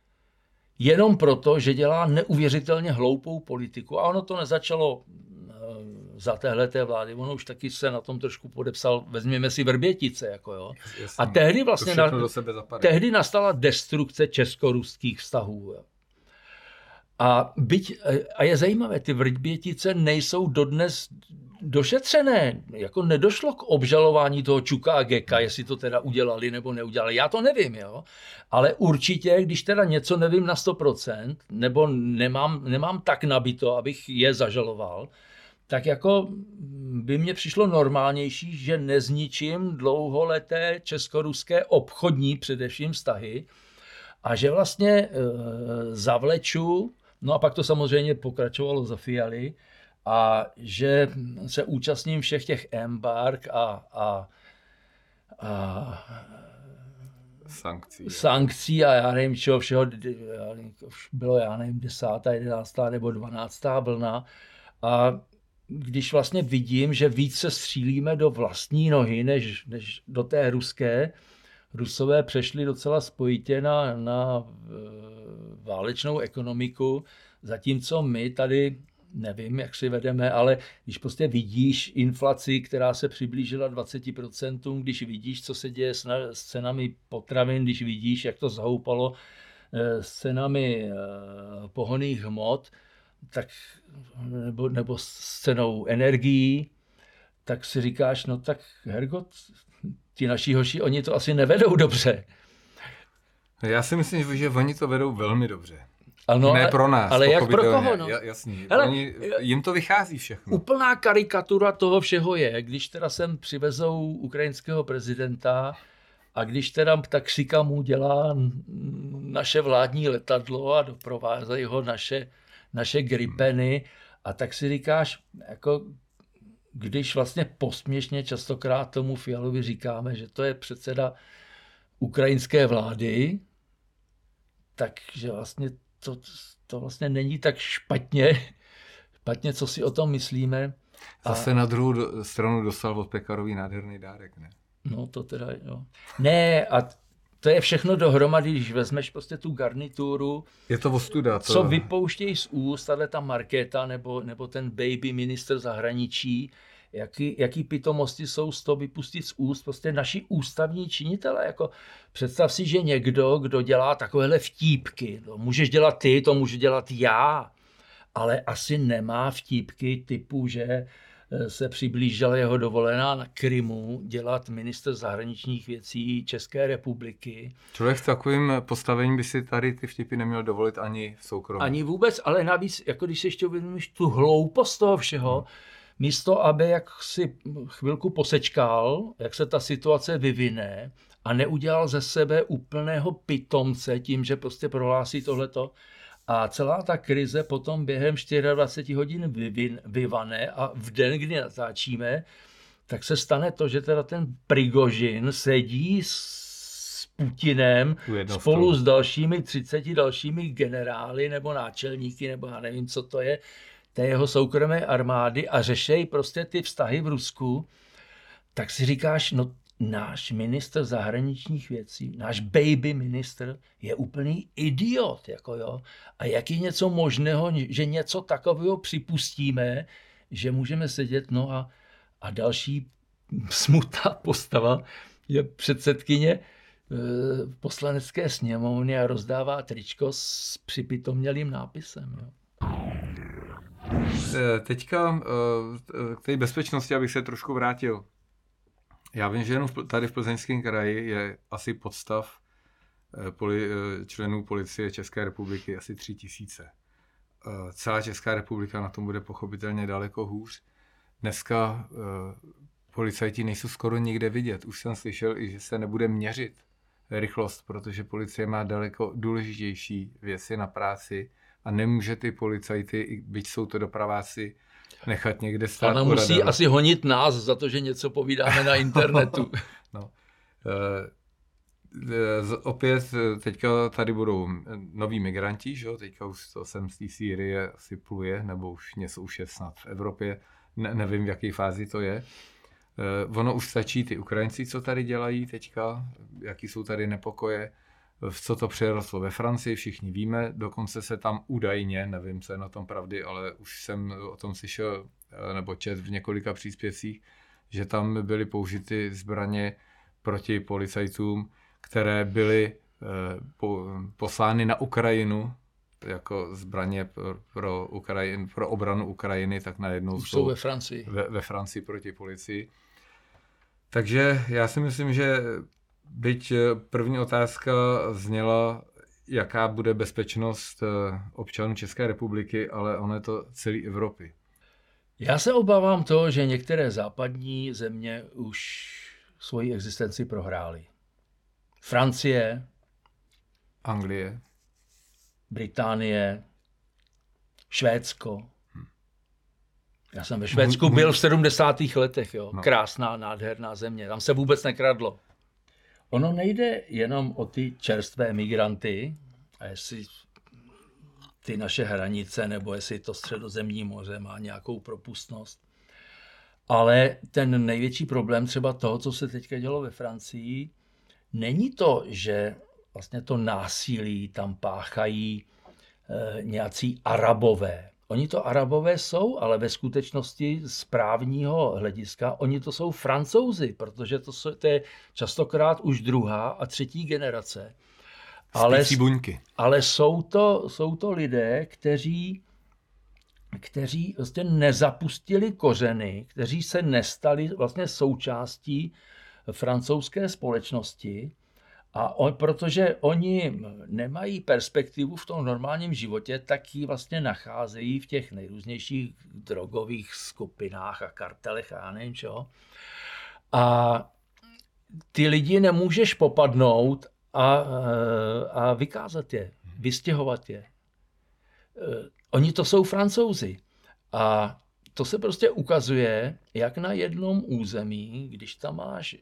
jenom proto, že dělá neuvěřitelně hloupou politiku. A ono to nezačalo za téhleté vlády. Ono už taky se na tom trošku podepsal, vezměme si Vrbětice. Jako jo. Jasný. A tehdy vlastně na, do sebe tehdy nastala destrukce česko-ruských vztahů. A, byť, a je zajímavé, ty Vrbětice nejsou dodnes došetřené. Jako nedošlo k obžalování toho Čuka a Geka, jestli to teda udělali nebo neudělali. Já to nevím, jo. Ale určitě, když teda něco nevím na sto procent, nebo nemám, nemám tak nabito, abych je zažaloval, tak jako by mně přišlo normálnější, že nezničím dlouholeté česko-ruské obchodní především vztahy a že vlastně e, zavleču, no a pak to samozřejmě pokračovalo za Fialy, a že se účastním všech těch embarg a, a, a sankcí. sankcí a já nevím čeho všeho, bylo já nevím desátá, jedenáctá nebo dvanáctá vlna. A když vlastně vidím, že víc se střílíme do vlastní nohy, než, než do té ruské, Rusové přešli docela spojitě na, na válečnou ekonomiku, zatímco my tady nevím, jak si vedeme, ale když prostě vidíš inflaci, která se přiblížila dvacet procent, když vidíš, co se děje s cenami potravin, když vidíš, jak to zahoupalo s cenami pohonných hmot, tak, nebo, nebo s cenou energií, tak si říkáš, no tak hergot, ti naši hoši, oni to asi nevedou dobře. Já si myslím, že oni to vedou velmi dobře. Ano, ne pro nás, ale jak pro koho? No? Jasný. Hele, Oni, jim to vychází všechno. Úplná karikatura toho všeho je, když teda sem přivezou ukrajinského prezidenta a když teda taxika mu dělá naše vládní letadlo a doprovázejí ho naše, naše gripeny a tak si říkáš, jako když vlastně posměšně častokrát tomu Fialovi říkáme, že to je předseda ukrajinské vlády, takže vlastně to, to vlastně není tak špatně, špatně, co si o tom myslíme. Zase a... na druhou stranu dostal od Pekarový nádherný dárek, ne? No to teda, jo. Ne, a to je všechno dohromady, když vezmeš prostě tu garnituru. Je to ostuda. To... Co vypouštějí z úst, tahle ta Markéta nebo, nebo ten baby ministr zahraničí, jaký, jaký pitomosti jsou z toho vypustit z úst, prostě naši ústavní činitele. Jako, představ si, že někdo, kdo dělá takovéhle vtípky, to můžeš dělat ty, to můžu dělat já, ale asi nemá vtípky typu, že se přiblížila jeho dovolená na Krymu dělat ministr zahraničních věcí České republiky. Člověk s takovým postavením by si tady ty vtipy neměl dovolit ani v soukromí. Ani vůbec, ale navíc, jako když si ještě uvědomíš tu hloupost toho všeho, hmm. místo, aby jak si chvilku posečkal, jak se ta situace vyvine a neudělal ze sebe úplného pitomce tím, že prostě prohlásí tohleto, a celá ta krize potom během dvacet čtyři hodin vyvin, vyvane a v den, kdy natáčíme, tak se stane to, že teda ten Prigožin sedí s Putinem spolu s dalšími třiceti dalšími generály nebo náčelníky, nebo já nevím, co to je, té jeho soukromé armády a řešejí prostě ty vztahy v Rusku, tak si říkáš, no náš ministr zahraničních věcí, náš baby ministr je úplný idiot. Jako jo. A jak je něco možného, že něco takového připustíme, že můžeme sedět, no a, a další smutná postava je předsedkyně e, poslanecké sněmovny a rozdává tričko s připitomělým nápisem. Jo. Teďka k té bezpečnosti, abych se trošku vrátil. Já vím, že jenom tady v Plzeňském kraji je asi podstav poli, členů policie České republiky asi tři tisíce. Celá Česká republika na tom bude pochopitelně daleko hůř. Dneska policajti nejsou skoro nikde vidět. Už jsem slyšel i, že se nebude měřit rychlost, protože policie má daleko důležitější věci na práci a nemůže ty policajty, byť jsou to dopraváci, nechat někde stát. Ona musí radar. Asi honit nás za to, že něco povídáme na internetu. no. e, e, opět teďka tady budou noví migranti, že? Teďka už to sem z té Sýrie asi pluje, nebo už něco už je snad v Evropě, ne, nevím, v jaké fázi to je. E, ono už stačí ty Ukrajinci, co tady dělají teďka, jaký jsou tady nepokoje, v co to přerostlo ve Francii, všichni víme, dokonce se tam údajně, nevím, co je na tom pravdy, ale už jsem o tom slyšel nebo čet v několika příspěvcích, že tam byly použity zbraně proti policajtům, které byly po, poslány na Ukrajinu jako zbraně pro, pro, Ukrajin, pro obranu Ukrajiny, tak najednou už jsou ve Francii. Ve, ve Francii proti policii. Takže já si myslím, že byť první otázka zněla, jaká bude bezpečnost občanů České republiky, ale ono je to celé Evropy. Já se obávám toho, že některé západní země už svoji existenci prohrály. Francie, Anglie, Británie, Švédsko. Hm. Já jsem ve Švédsku byl v sedmdesátých letech. Jo. No. Krásná, nádherná země. Tam se vůbec nekradlo. Ono nejde jenom o ty čerstvé migranty, a jestli ty naše hranice, nebo jestli to Středozemní moře má nějakou propustnost. Ale ten největší problém třeba toho, co se teďka dělo ve Francii, není to, že vlastně to násilí tam páchají e, nějací Arabové. Oni to Arabové jsou, ale ve skutečnosti z právního hlediska oni to jsou Francouzi, protože to, jsou, to je častokrát už druhá a třetí generace. Ale, ale jsou, to, jsou to lidé, kteří, kteří vlastně nezapustili kořeny, kteří se nestali vlastně součástí francouzské společnosti A on, protože oni nemají perspektivu v tom normálním životě, tak ji vlastně nacházejí v těch nejrůznějších drogových skupinách a kartelech a já nevím čeho. A ty lidi nemůžeš popadnout a, a vykázat je, vystěhovat je. Oni to jsou Francouzi. A to se prostě ukazuje, jak na jednom území, když tam máš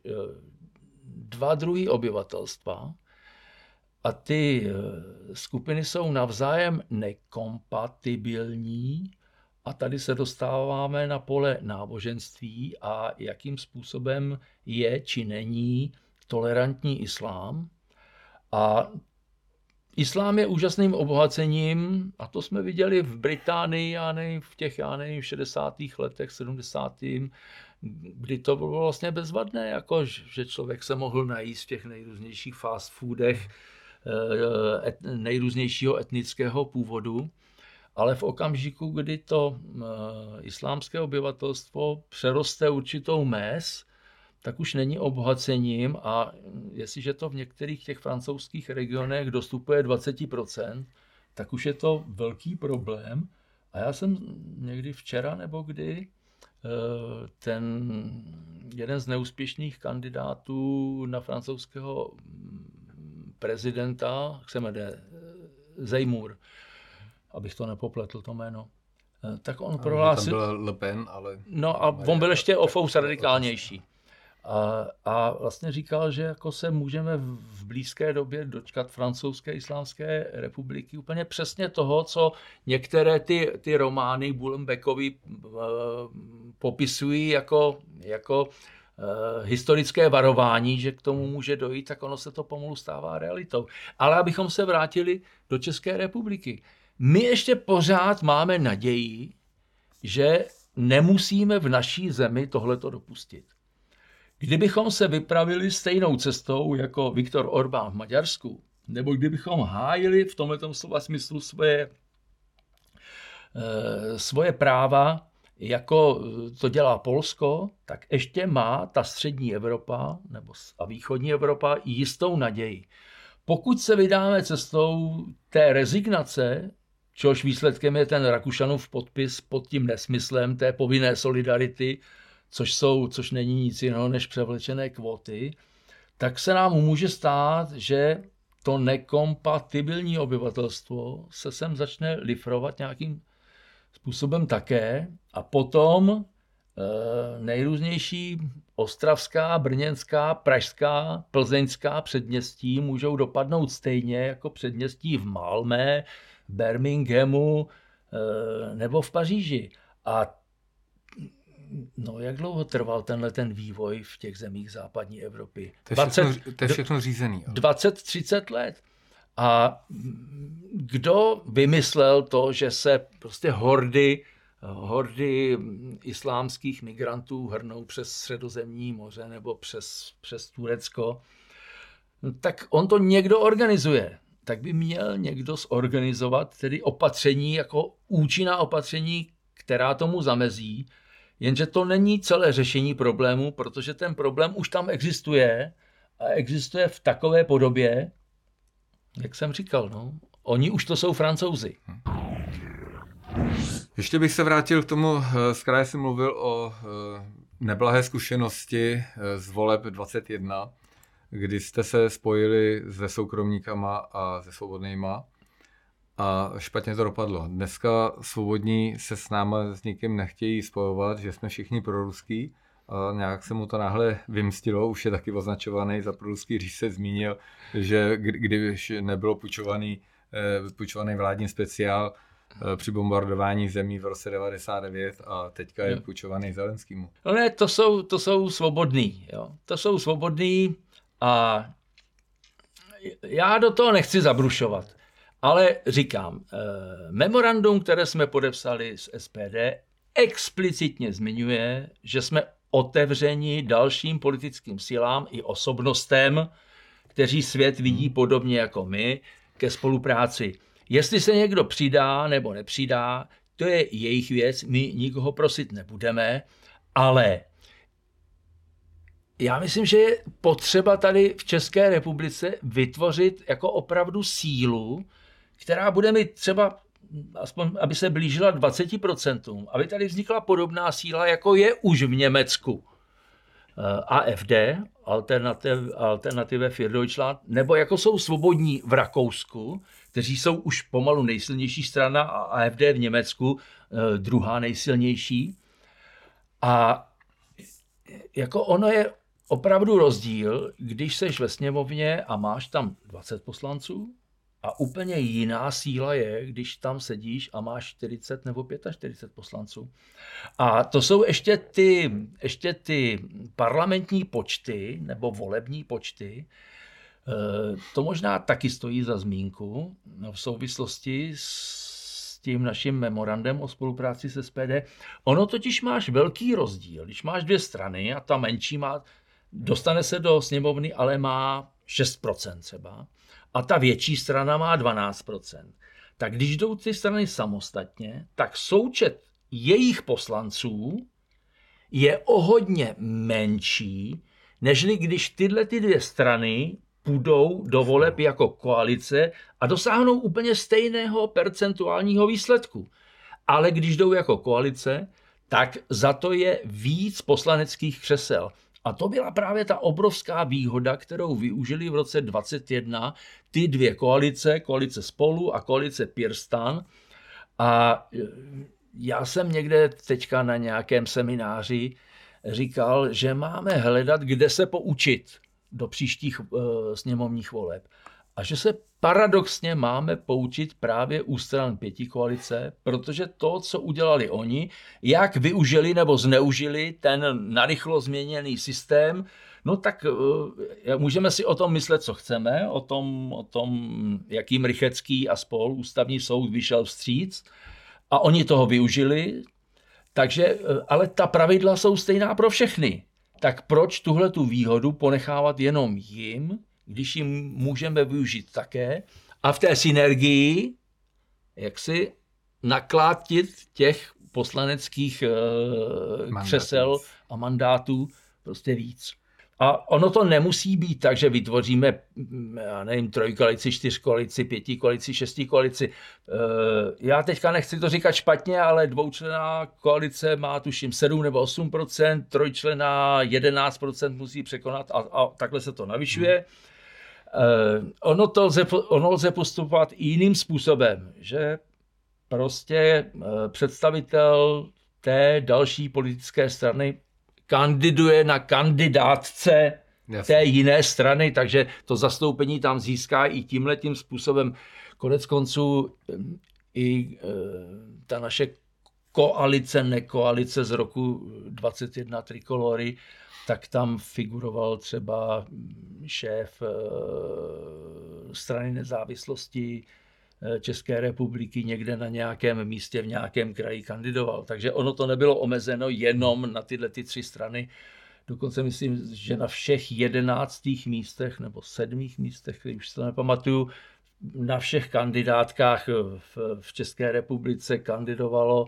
dva druhy obyvatelstva a ty skupiny jsou navzájem nekompatibilní, a tady se dostáváme na pole náboženství a jakým způsobem je či není tolerantní islám. A islám je úžasným obohacením, a to jsme viděli v Británii, já nevím, v těch, já nevím, v šedesátých letech, sedmdesátých kdy to bylo vlastně bezvadné, jako že člověk se mohl najíst v těch nejrůznějších fast foodech et, nejrůznějšího etnického původu, ale v okamžiku, kdy to uh, islámské obyvatelstvo přeroste určitou mez, tak už není obohacením, a jestliže to v některých těch francouzských regionech dostupuje dvacet procent, tak už je to velký problém. A já jsem někdy včera nebo kdy ten jeden z neúspěšných kandidátů na francouzského prezidenta, jak se jmenuje, Zemmour, abych to nepopletl to jméno, tak on prohlásil... Tam byl Le Pen, ale... No a on byl ještě o fous radikálnější. A, a vlastně říkal, že jako se můžeme v blízké době dočkat francouzské islámské republiky úplně přesně toho, co některé ty, ty romány Bullenbeckovy uh, popisují jako, jako uh, historické varování, že k tomu může dojít, tak ono se to pomalu stává realitou. Ale abychom se vrátili do České republiky. My ještě pořád máme naději, že nemusíme v naší zemi tohleto dopustit. Kdybychom se vypravili stejnou cestou jako Viktor Orbán v Maďarsku, nebo kdybychom hájili v tomto slova smyslu svoje, svoje práva, jako to dělá Polsko, tak ještě má ta střední Evropa nebo a východní Evropa jistou naději. Pokud se vydáme cestou té rezignace, čehož výsledkem je ten Rakušanův podpis pod tím nesmyslem té povinné solidarity, což, jsou, což není nic jiného než převlečené kvóty, tak se nám může stát, že to nekompatibilní obyvatelstvo se sem začne lifrovat nějakým způsobem také a potom e, nejrůznější ostravská, brněnská, pražská, plzeňská předměstí můžou dopadnout stejně jako předměstí v Malmé, Birminghamu e, nebo v Paříži. A no, jak dlouho trval tenhle ten vývoj v těch zemích západní Evropy? To je všechno, to je všechno řízený. dvacet třicet let. A kdo vymyslel to, že se prostě hordy, hordy islámských migrantů hrnou přes Středozemní moře nebo přes, přes Turecko? Tak on to někdo organizuje. Tak by měl někdo zorganizovat tedy opatření jako účinná opatření, která tomu zamezí. Jenže to není celé řešení problému, protože ten problém už tam existuje a existuje v takové podobě, jak jsem říkal, no. Oni už to jsou Francouzi. Ještě bych se vrátil k tomu, z které jsem mluvil o neblahé zkušenosti z voleb dvacet jedna, kdy jste se spojili se soukromníkama a se svobodnýma a špatně to dopadlo. Dneska svobodní se s náma s nikým nechtějí spojovat, že jsme všichni proruský a nějak se mu to náhle vymstilo, už je taky označovaný za proruský, když se zmínil, že když nebylo půjčovaný, půjčovaný vládní speciál při bombardování zemí v roce devadesát devět a teďka je půjčovaný Zelenskýmu. No ne, to jsou, to jsou svobodní. Jo. To jsou svobodní a já do toho nechci zabrušovat. Ale říkám, eh, memorandum, které jsme podepsali s S P D, explicitně zmiňuje, že jsme otevřeni dalším politickým silám i osobnostem, kteří svět vidí podobně jako my, ke spolupráci. Jestli se někdo přidá nebo nepřidá, to je jejich věc, my nikoho prosit nebudeme, ale já myslím, že je potřeba tady v České republice vytvořit jako opravdu sílu, která bude mít třeba, aspoň aby se blížila dvacet procent, aby tady vznikla podobná síla, jako je už v Německu. A F D, Alternativ, Alternative für Deutschland, nebo jako jsou svobodní v Rakousku, kteří jsou už pomalu nejsilnější strana, a A F D v Německu druhá nejsilnější. A jako ono je opravdu rozdíl, když seš ve sněmovně a máš tam dvacet poslanců, a úplně jiná síla je, když tam sedíš a máš čtyřicet nebo čtyřicet pět poslanců. A to jsou ještě ty, ještě ty parlamentní počty nebo volební počty. To možná taky stojí za zmínku v souvislosti s tím naším memorandem o spolupráci s S P D. Ono totiž máš velký rozdíl. Když máš dvě strany a ta menší má, dostane se do sněmovny, ale má šest procent třeba. A ta větší strana má dvanáct procent. Tak když jdou ty strany samostatně, tak součet jejich poslanců je o hodně menší, nežli když tyhle ty dvě strany půjdou do voleb jako koalice a dosáhnou úplně stejného percentuálního výsledku. Ale když jdou jako koalice, tak za to je víc poslaneckých křesel. A to byla právě ta obrovská výhoda, kterou využili v roce dvacet jedna ty dvě koalice, koalice Spolu a koalice PirStan. A já jsem někde teďka na nějakém semináři říkal, že máme hledat, kde se poučit do příštích uh, sněmovních voleb. A že se paradoxně máme poučit právě u stran pětikoalice, protože to, co udělali oni, jak využili nebo zneužili ten narychlo změněný systém, no tak uh, můžeme si o tom myslet, co chceme, o tom, o tom jakým Rychetský a spol, ústavní soud vyšel vstříc a oni toho využili, takže, uh, ale ta pravidla jsou stejná pro všechny. Tak proč tuhle tu výhodu ponechávat jenom jim, když jim můžeme využít také a v té synergii, jak si naklátit těch poslaneckých uh, křesel a mandátů prostě víc. A ono to nemusí být tak, že vytvoříme, já nevím, trojkoalici, čtyřkoalici, pětikoalici, šestikoalici. Já teďka nechci to říkat špatně, ale dvoučlenná koalice má tuším sedm nebo osm procent, trojčlenná jedenáct procent musí překonat a, a takhle se to navyšuje. Hmm. Ono, to lze, ono lze postupovat i jiným způsobem, že prostě představitel té další politické strany kandiduje na kandidátce Jasně. té jiné strany, takže to zastoupení tam získá i tímhletím způsobem. Konec konců i e, ta naše koalice, nekoalice z roku dvacet jedna Trikolory, tak tam figuroval třeba šéf e, strany nezávislosti České republiky, někde na nějakém místě v nějakém kraji kandidoval. Takže ono to nebylo omezeno jenom na tyhle ty tři strany. Dokonce myslím, že na všech jedenáctých místech nebo sedmých místech, už se to nepamatuju, na všech kandidátkách v, v České republice kandidovalo,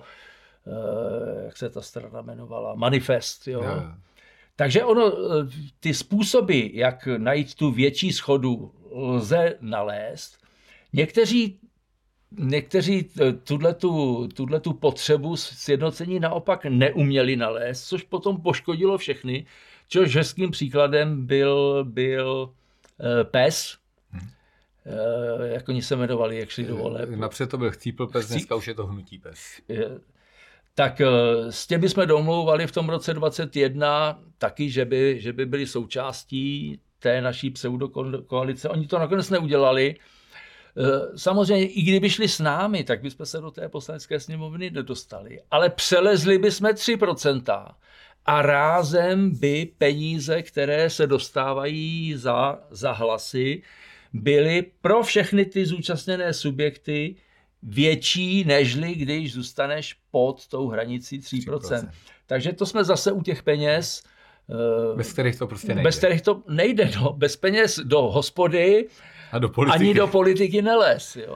jak se ta strana jmenovala, Manifest. Jo? No. Takže ono, ty způsoby, jak najít tu větší shodu, lze nalézt. Někteří, někteří tuhletu, tuhletu potřebu sjednocení naopak neuměli nalézt, což potom poškodilo všechny, čehož hezkým příkladem byl, byl PES, hmm. jak oni se jmenovali, jak šli do voleb. Napřed to byl Chcípl PES, Chcíp... dneska už je to Hnutí PES. Tak s těmi jsme domlouvali v tom roce dvacet jedna taky, že by, že by byli součástí té naší pseudokoalice. Oni to nakonec neudělali. Samozřejmě, i kdyby šli s námi, tak bychom se do té poslanecké sněmovny nedostali. Ale přelezli bychom tři procenta a rázem by peníze, které se dostávají za, za hlasy, byly pro všechny ty zúčastněné subjekty větší, nežli když zůstaneš pod tou hranicí tří procent. tři procent. Takže to jsme zase u těch peněz, bez kterých to prostě nejde. Bez kterých to nejde. No. Bez peněz do hospody a do politiky. Ani do politiky nelez. Jo.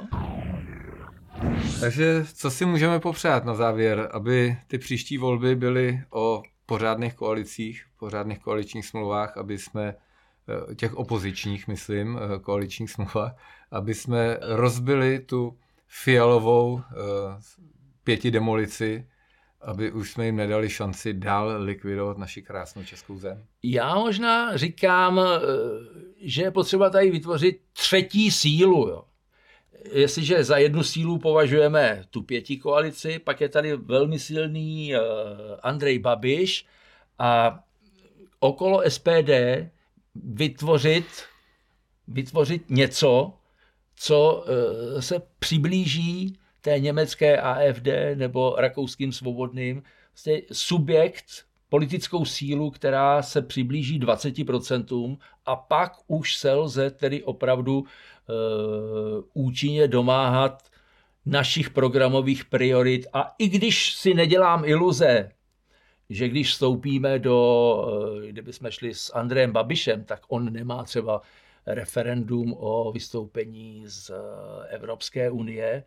Takže co si můžeme popřát na závěr, aby ty příští volby byly o pořádných koalicích, pořádných koaličních smlouvách, aby jsme, těch opozičních, myslím, koaličních smlouvách, aby jsme rozbili tu Fialovou pěti demolici, aby už jsme jim nedali šanci dál likvidovat naši krásnou českou zem? Já možná říkám, že je potřeba tady vytvořit třetí sílu. Jo. Jestliže za jednu sílu považujeme tu pěti koalici, pak je tady velmi silný Andrej Babiš a okolo S P D vytvořit, vytvořit něco, co se přiblíží té německé A F D nebo rakouským svobodným, vlastně subjekt, politickou sílu, která se přiblíží dvaceti procentům a pak už se lze tedy opravdu e, účinně domáhat našich programových priorit. A i když si nedělám iluze, že když vstoupíme do, kdyby jsme šli s Andrejem Babišem, tak on nemá třeba referendum o vystoupení z Evropské unie,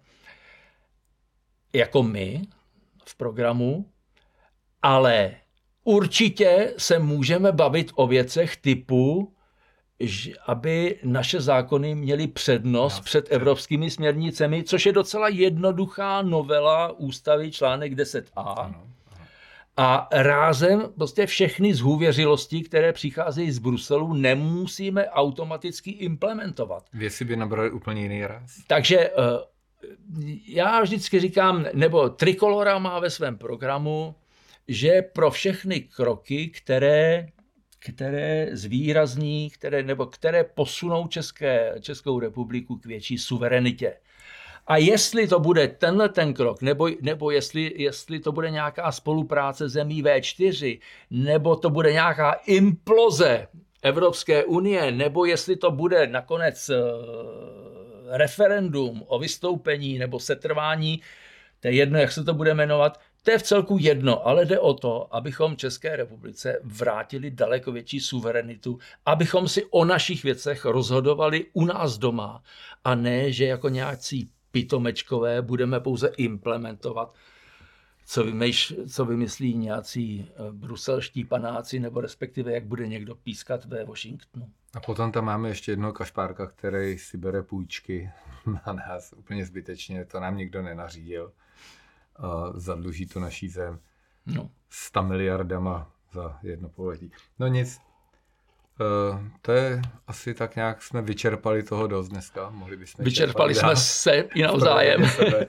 jako my v programu, ale určitě se můžeme bavit o věcech typu, že aby naše zákony měly přednost no, před evropskými směrnicemi, což je docela jednoduchá novela ústavy článek deset a. Ano, ano. A rázem prostě všechny zhůvěřilosti, které přicházejí z Bruselu, nemusíme automaticky implementovat. Věci by nabrali úplně jiný ráz. Takže já vždycky říkám, nebo Trikolora má ve svém programu, že pro všechny kroky, které, které zvýrazní, které, nebo které posunou České, Českou republiku k větší suverenitě. A jestli to bude tenhle ten krok, nebo, nebo jestli, jestli to bude nějaká spolupráce zemí V čtyři, nebo to bude nějaká imploze Evropské unie, nebo jestli to bude nakonec referendum o vystoupení nebo setrvání, to je jedno, jak se to bude jmenovat, to je v celku jedno, ale jde o to, abychom České republice vrátili daleko větší suverenitu, abychom si o našich věcech rozhodovali u nás doma a ne, že jako nějací pitomečkové budeme pouze implementovat, co, vymýš, co vymyslí nějací bruselští panáci, nebo respektive jak bude někdo pískat ve Washingtonu. A potom tam máme ještě jednoho kašpárka, který si bere půjčky na nás úplně zbytečně, to nám nikdo nenařídil. A zadluží to naší zem no. sto miliardama za jedno pololetí. No nic, uh, to je asi tak nějak, jsme vyčerpali toho dost dneska. Mohli bychom vyčerpali jsme se i navzájem.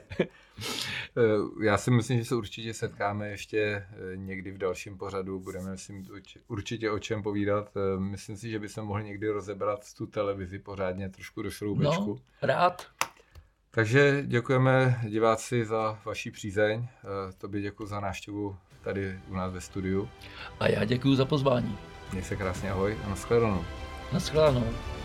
Já si myslím, že se určitě setkáme ještě někdy v dalším pořadu. Budeme myslím určitě o čem povídat. Myslím si, že bychom mohli někdy rozebrat tu televizi pořádně trošku do šroubečku. No, rád. Takže děkujeme diváci za vaši přízeň. Tobě děkuji za návštěvu tady u nás ve studiu. A já děkuji za pozvání. Měj se krásně, ahoj a nashledanou. Nashledanou.